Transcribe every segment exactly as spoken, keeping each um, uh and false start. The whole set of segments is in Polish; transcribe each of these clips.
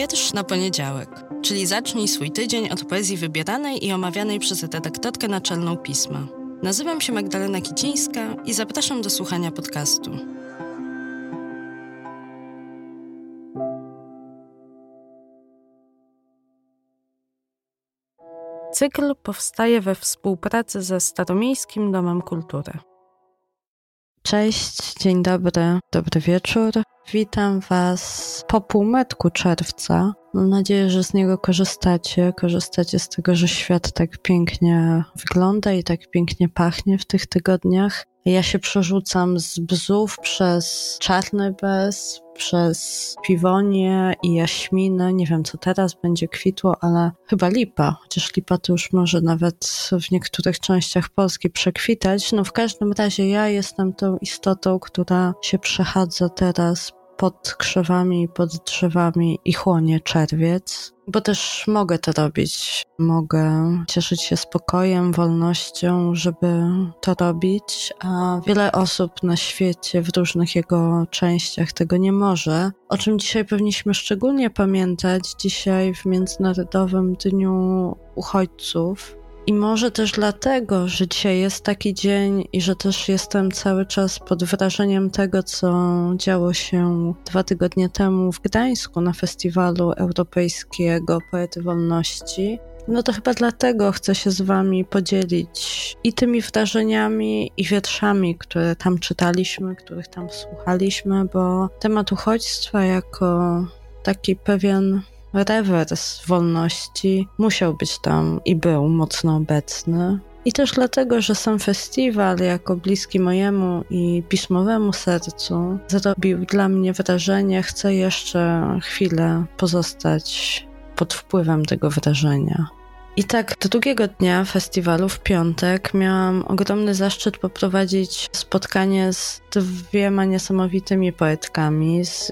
Wiersz na poniedziałek, czyli zacznij swój tydzień od poezji wybieranej i omawianej przez redaktorkę naczelną pisma. Nazywam się Magdalena Kicińska i zapraszam do słuchania podcastu. Cykl powstaje we współpracy ze Staromiejskim Domem Kultury. Cześć, dzień dobry, dobry wieczór. Witam Was po półmetku czerwca. Mam nadzieję, że z niego korzystacie. Korzystacie z tego, że świat tak pięknie wygląda i tak pięknie pachnie w tych tygodniach. Ja się przerzucam z bzów przez czarny bez, przez piwonię i jaśminę. Nie wiem, co teraz będzie kwitło, ale chyba lipa. Chociaż lipa to już może nawet w niektórych częściach Polski przekwitać. No w każdym razie ja jestem tą istotą, która się przechadza teraz pod krzewami, pod drzewami i chłonie czerwiec, bo też mogę to robić. Mogę cieszyć się spokojem, wolnością, żeby to robić, a wiele osób na świecie w różnych jego częściach tego nie może, o czym dzisiaj powinniśmy szczególnie pamiętać dzisiaj w Międzynarodowym Dniu Uchodźców. I może też dlatego, że dzisiaj jest taki dzień i że też jestem cały czas pod wrażeniem tego, co działo się dwa tygodnie temu w Gdańsku na Festiwalu Europejskiego Poety Wolności. No to chyba dlatego chcę się z Wami podzielić i tymi wrażeniami, i wierszami, które tam czytaliśmy, których tam słuchaliśmy, bo temat uchodźstwa jako taki pewien rewers wolności musiał być tam i był mocno obecny. I też dlatego, że sam festiwal, jako bliski mojemu i pismowemu sercu, zrobił dla mnie wrażenie. Chcę jeszcze chwilę pozostać pod wpływem tego wrażenia. I tak drugiego dnia festiwalu, w piątek, miałam ogromny zaszczyt poprowadzić spotkanie z dwiema niesamowitymi poetkami, z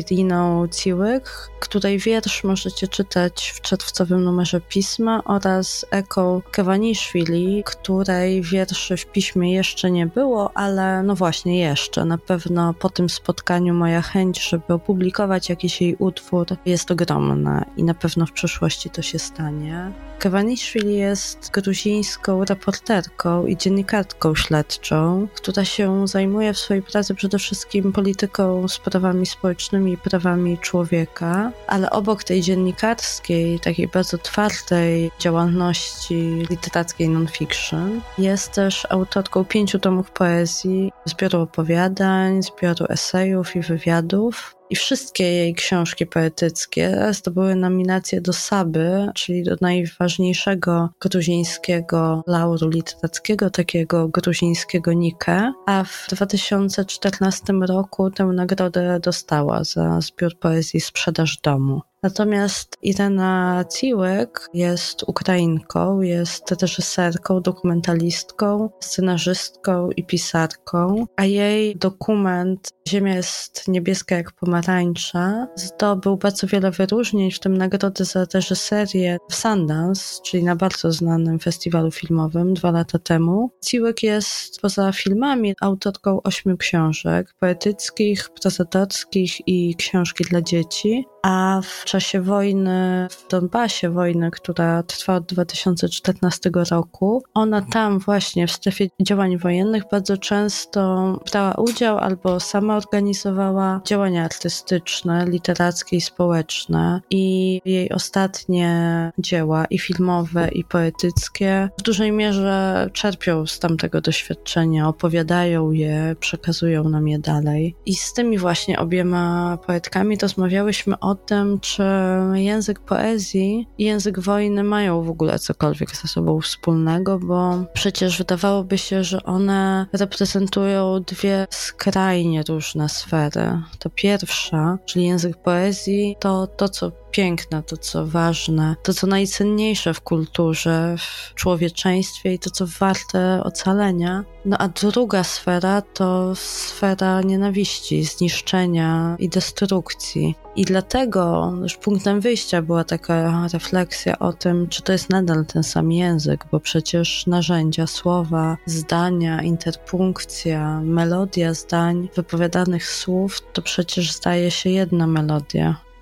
Iriną Ciłyk, której wiersz możecie czytać w czerwcowym numerze Pisma, oraz Eką Kewaniszwili, której wierszy w piśmie jeszcze nie było, ale no właśnie jeszcze. Na pewno po tym spotkaniu moja chęć, żeby opublikować jakiś jej utwór, jest ogromna i na pewno w przyszłości to się stanie. Kewaniszwili jest gruzińską reporterką i dziennikarką śledczą, która się zajmuje w swojej pracy przede wszystkim polityką, sprawami społecznymi i prawami człowieka, ale obok tej dziennikarskiej, takiej bardzo twardej działalności literackiej non-fiction jest też autorką pięciu tomów poezji, zbioru opowiadań, zbioru esejów i wywiadów. I wszystkie jej książki poetyckie zdobyły nominację do Saby, czyli do najważniejszego gruzińskiego lauru literackiego, takiego gruzińskiego Nike, a w dwa tysiące czternastym roku tę nagrodę dostała za zbiór poezji Sprzedaż domu. Natomiast Irina Ciłyk jest Ukrainką, jest reżyserką, dokumentalistką, scenarzystką i pisarką, a jej dokument Ziemia jest niebieska jak pomarańcza zdobył bardzo wiele wyróżnień, w tym nagrody za reżyserię w Sundance, czyli na bardzo znanym festiwalu filmowym dwa lata temu. Ciłyk jest poza filmami autorką ośmiu książek poetyckich, prozatorskich i książki dla dzieci, a w czasie wojny w Donbasie, wojny, która trwa od dwa tysiące czternastego roku, ona tam właśnie w strefie działań wojennych bardzo często brała udział albo sama organizowała działania artystyczne, literackie i społeczne, i jej ostatnie dzieła i filmowe i poetyckie w dużej mierze czerpią z tamtego doświadczenia, opowiadają je, przekazują nam je dalej. I z tymi właśnie obiema poetkami rozmawiałyśmy o tym, czy język poezji i język wojny mają w ogóle cokolwiek ze sobą wspólnego, bo przecież wydawałoby się, że one reprezentują dwie skrajnie różne sfery. To pierwsza, czyli język poezji, to to, co piękne, to co ważne, to co najcenniejsze w kulturze, w człowieczeństwie i to co warte ocalenia. No a druga sfera to sfera nienawiści, zniszczenia i destrukcji. I dlatego już punktem wyjścia była taka refleksja o tym, czy to jest nadal ten sam język, bo przecież narzędzia, słowa, zdania, interpunkcja, melodia zdań, wypowiadanych słów, to przecież zdaje się jedna melodia.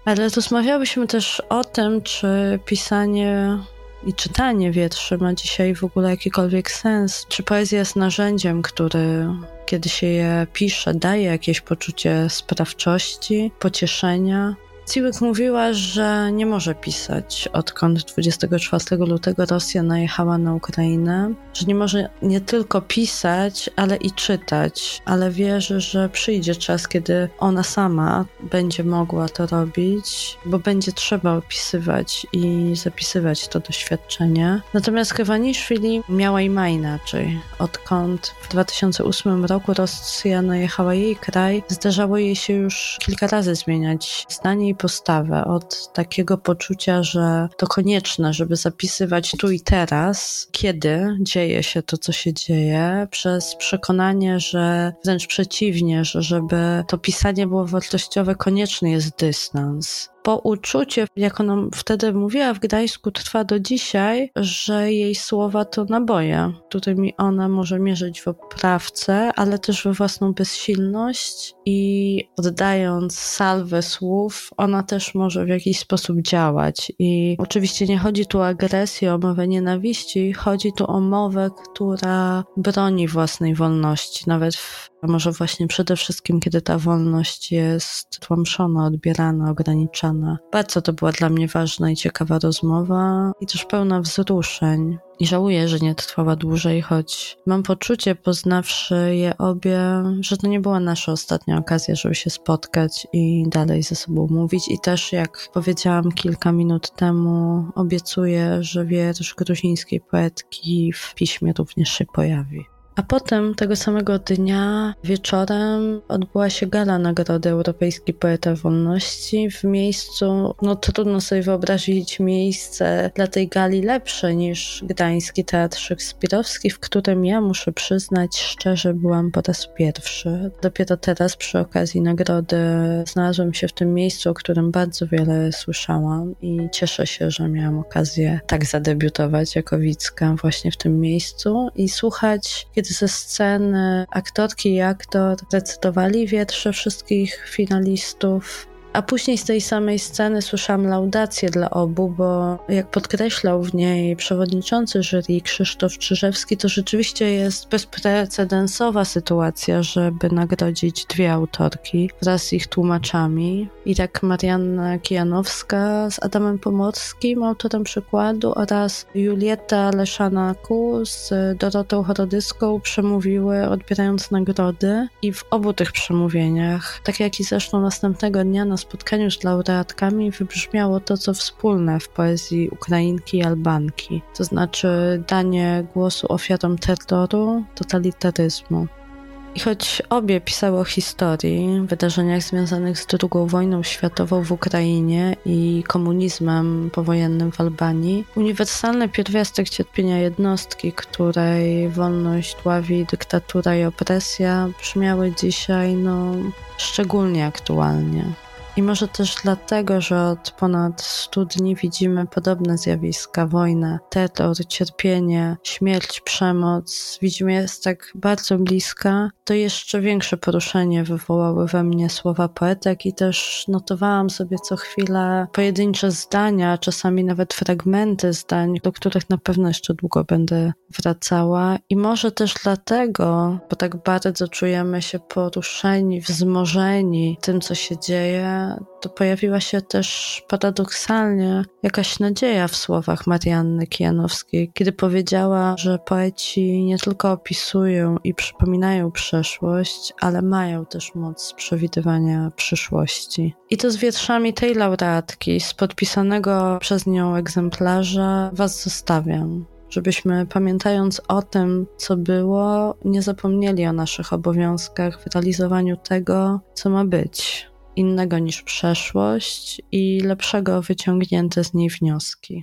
Ale rozmawiałyśmy też o tym, czy pisanie i czytanie wierszy ma dzisiaj w ogóle jakikolwiek sens. Czy poezja jest narzędziem, który, kiedy się je pisze, daje jakieś poczucie sprawczości, pocieszenia? Ciłek mówiła, że nie może pisać, odkąd dwudziestego czwartego lutego Rosja najechała na Ukrainę, że nie może nie tylko pisać, ale i czytać, ale wierzy, że przyjdzie czas, kiedy ona sama będzie mogła to robić, bo będzie trzeba opisywać i zapisywać to doświadczenie. Natomiast Chowaniszwili miała i ma inaczej. Odkąd w dwa tysiące ósmym roku Rosja najechała jej kraj, zdarzało jej się już kilka razy zmieniać zdanie i postawę od takiego poczucia, że to konieczne, żeby zapisywać tu i teraz, kiedy dzieje się to, co się dzieje, przez przekonanie, że wręcz przeciwnie, że żeby to pisanie było wartościowe, konieczny jest dystans. Bo uczucie, jak ona wtedy mówiła w Gdańsku, trwa do dzisiaj, że jej słowa to naboje, którymi ona może mierzyć w oprawce, ale też we własną bezsilność i oddając salwę słów, ona też może w jakiś sposób działać. I oczywiście nie chodzi tu o agresję, o mowę nienawiści, chodzi tu o mowę, która broni własnej wolności, nawet w a może właśnie przede wszystkim, kiedy ta wolność jest tłamszona, odbierana, ograniczana. Bardzo to była dla mnie ważna i ciekawa rozmowa i też pełna wzruszeń. I żałuję, że nie trwała dłużej, choć mam poczucie, poznawszy je obie, że to nie była nasza ostatnia okazja, żeby się spotkać i dalej ze sobą mówić. I też, jak powiedziałam kilka minut temu, obiecuję, że wiersz gruzińskiej poetki w piśmie również się pojawi. A potem tego samego dnia wieczorem odbyła się gala Nagrody Europejski Poeta Wolności w miejscu, no trudno sobie wyobrazić miejsce dla tej gali lepsze niż Gdański Teatr Szekspirowski, w którym ja, muszę przyznać szczerze, byłam po raz pierwszy. Dopiero teraz przy okazji nagrody znalazłam się w tym miejscu, o którym bardzo wiele słyszałam i cieszę się, że miałam okazję tak zadebiutować jako widzka właśnie w tym miejscu i słuchać, kiedy ze sceny aktorki i aktor recytowali wiersze wszystkich finalistów, a później z tej samej sceny słyszałam laudację dla obu, bo jak podkreślał w niej przewodniczący jury Krzysztof Czyżewski, to rzeczywiście jest bezprecedensowa sytuacja, żeby nagrodzić dwie autorki wraz z ich tłumaczami. I tak Marianna Kijanowska z Adamem Pomorskim, autorem przykładu, oraz Julieta Leszanaku z Dorotą Chorodyską przemówiły, odbierając nagrody. I w obu tych przemówieniach, tak jak i zresztą następnego dnia na spotkaniu z laureatkami, wybrzmiało to, co wspólne w poezji Ukrainki i Albanki, to znaczy danie głosu ofiarom terroru, totalitaryzmu. I choć obie pisały o historii, wydarzeniach związanych z drugą wojną światową w Ukrainie i komunizmem powojennym w Albanii, uniwersalny pierwiastek cierpienia jednostki, której wolność dławi dyktatura i opresja, brzmiały dzisiaj no szczególnie aktualnie. I może też dlatego, że od ponad stu dni widzimy podobne zjawiska, wojnę, terror, cierpienie, śmierć, przemoc. Widzimy, jest tak bardzo bliska, to jeszcze większe poruszenie wywołały we mnie słowa poetek i też notowałam sobie co chwilę pojedyncze zdania, czasami nawet fragmenty zdań, do których na pewno jeszcze długo będę wracała. I może też dlatego, bo tak bardzo czujemy się poruszeni, wzmożeni tym, co się dzieje, to pojawiła się też paradoksalnie jakaś nadzieja w słowach Marianny Kijanowskiej, kiedy powiedziała, że poeci nie tylko opisują i przypominają przeszłość, ale mają też moc przewidywania przyszłości. I to z wierszami tej laureatki, z podpisanego przez nią egzemplarza, was zostawiam. Żebyśmy, pamiętając o tym, co było, nie zapomnieli o naszych obowiązkach w realizowaniu tego, co ma być. Innego niż przeszłość i lepszego wyciągnięte z niej wnioski.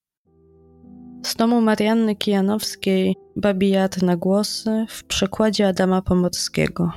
Z domu Marianny Kijanowskiej Babijat na głosy w przekładzie Adama Pomorskiego.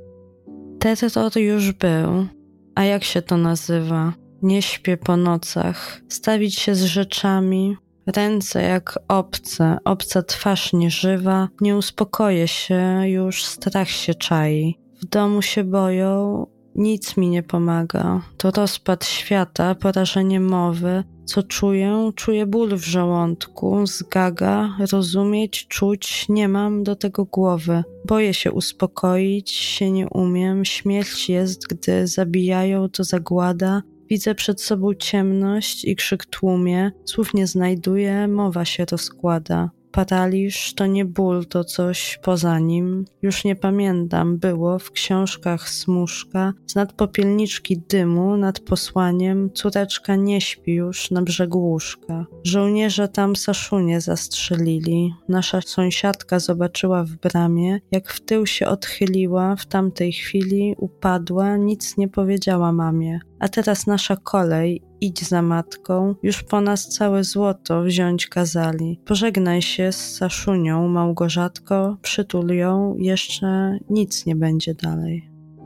Terror już był, a jak się to nazywa? Nie śpię po nocach, stawić się z rzeczami, ręce jak obce, obca twarz nieżywa, nie uspokoję się, już strach się czai. W domu się boją, Nic mi nie pomaga. To rozpad świata, porażenie mowy. Co czuję? Czuję ból w żołądku, zgaga, rozumieć, czuć, nie mam do tego głowy. Boję się uspokoić, się nie umiem, śmierć jest, gdy zabijają, to zagłada. Widzę przed sobą ciemność i krzyk tłumie, słów nie znajduję, mowa się rozkłada. Paraliż to nie ból, to coś poza nim. Już nie pamiętam, było w książkach smuszka, z nad popielniczki dymu, nad posłaniem, córeczka nie śpi już na brzegu łóżka. Żołnierze tam Saszunie zastrzelili. Nasza sąsiadka zobaczyła w bramie, jak w tył się odchyliła, w tamtej chwili upadła, nic nie powiedziała mamie. A teraz nasza kolej, idź za matką, już po nas całe złoto wziąć kazali. Pożegnaj się z Saszunią, Małgorzatko, przytul ją, jeszcze nic nie będzie dalej.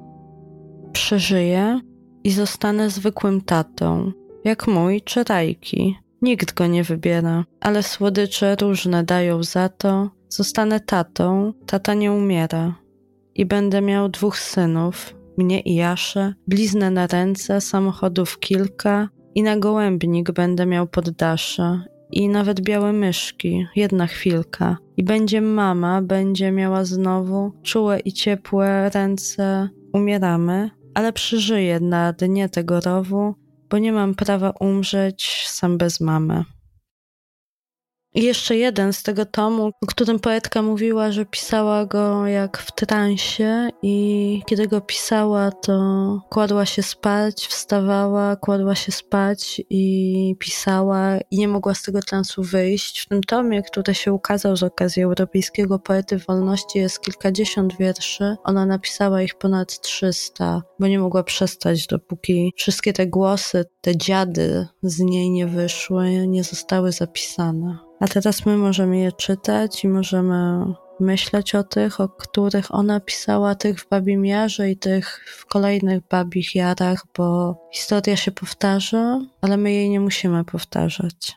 Przeżyję i zostanę zwykłym tatą, jak mój czy Rajki. Nikt go nie wybiera, ale słodycze różne dają za to. Zostanę tatą, tata nie umiera. I będę miał dwóch synów, mnie i Jaszę, bliznę na ręce, samochodów kilka i na gołębnik będę miał poddasze i nawet białe myszki, jedna chwilka. I będzie mama, będzie miała znowu czułe i ciepłe ręce. Umieramy, ale przeżyję na dnie tego rowu, bo nie mam prawa umrzeć sam bez mamy. I jeszcze jeden z tego tomu, o którym poetka mówiła, że pisała go jak w transie i kiedy go pisała, to kładła się spać, wstawała, kładła się spać i pisała i nie mogła z tego transu wyjść. W tym tomie, który się ukazał z okazji Europejskiego Poety Wolności, jest kilkadziesiąt wierszy. Ona napisała ich ponad trzysta, bo nie mogła przestać, dopóki wszystkie te głosy, te dziady z niej nie wyszły, nie zostały zapisane. A teraz my możemy je czytać i możemy myśleć o tych, o których ona pisała, tych w Babim Jarze i tych w kolejnych Babich Jarach, bo historia się powtarza, ale my jej nie musimy powtarzać.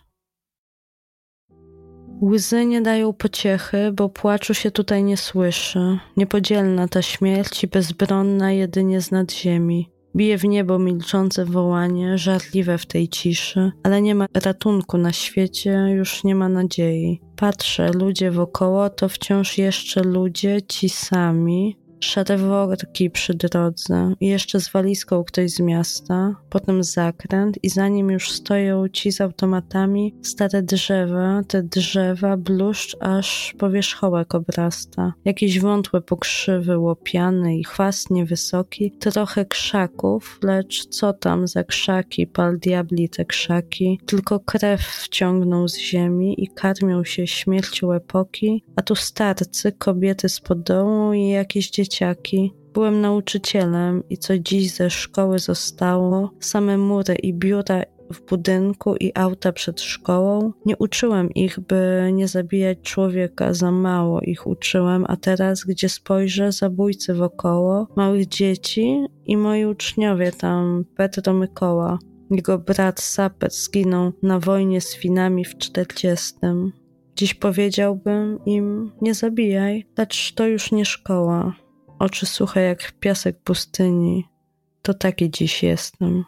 Łzy nie dają pociechy, bo płaczu się tutaj nie słyszy. Niepodzielna ta śmierć i bezbronna jedynie z nadziemi. Bije w niebo milczące wołanie, żarliwe w tej ciszy, ale nie ma ratunku na świecie, już nie ma nadziei. Patrzę, ludzie wokoło to wciąż jeszcze ludzie, ci sami. Szare worki przy drodze i jeszcze z walizką ktoś z miasta, potem zakręt i za nim już stoją ci z automatami, stare drzewa, te drzewa, bluszcz aż powierzchołek obrasta. Jakieś wątłe pokrzywy, łopiany i chwast niewysoki, trochę krzaków, lecz co tam za krzaki, pal diabli te krzaki, tylko krew wciągną z ziemi i karmią się śmiercią epoki, a tu starcy, kobiety z podołu i jakieś dzieci. Dzieciaki. Byłem nauczycielem i co dziś ze szkoły zostało, same mury i biura w budynku i auta przed szkołą. Nie uczyłem ich, by nie zabijać człowieka, za mało ich uczyłem, a teraz, gdzie spojrzę, zabójcy wokoło, małych dzieci i moi uczniowie tam, Petro Mykoła. Jego brat Sapet zginął na wojnie z Finami w czterdziestym. Dziś powiedziałbym im, nie zabijaj, lecz to już nie szkoła. Oczy suche jak piasek pustyni. To taki dziś jestem.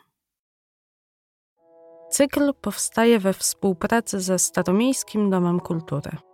Cykl powstaje we współpracy ze Staromiejskim Domem Kultury.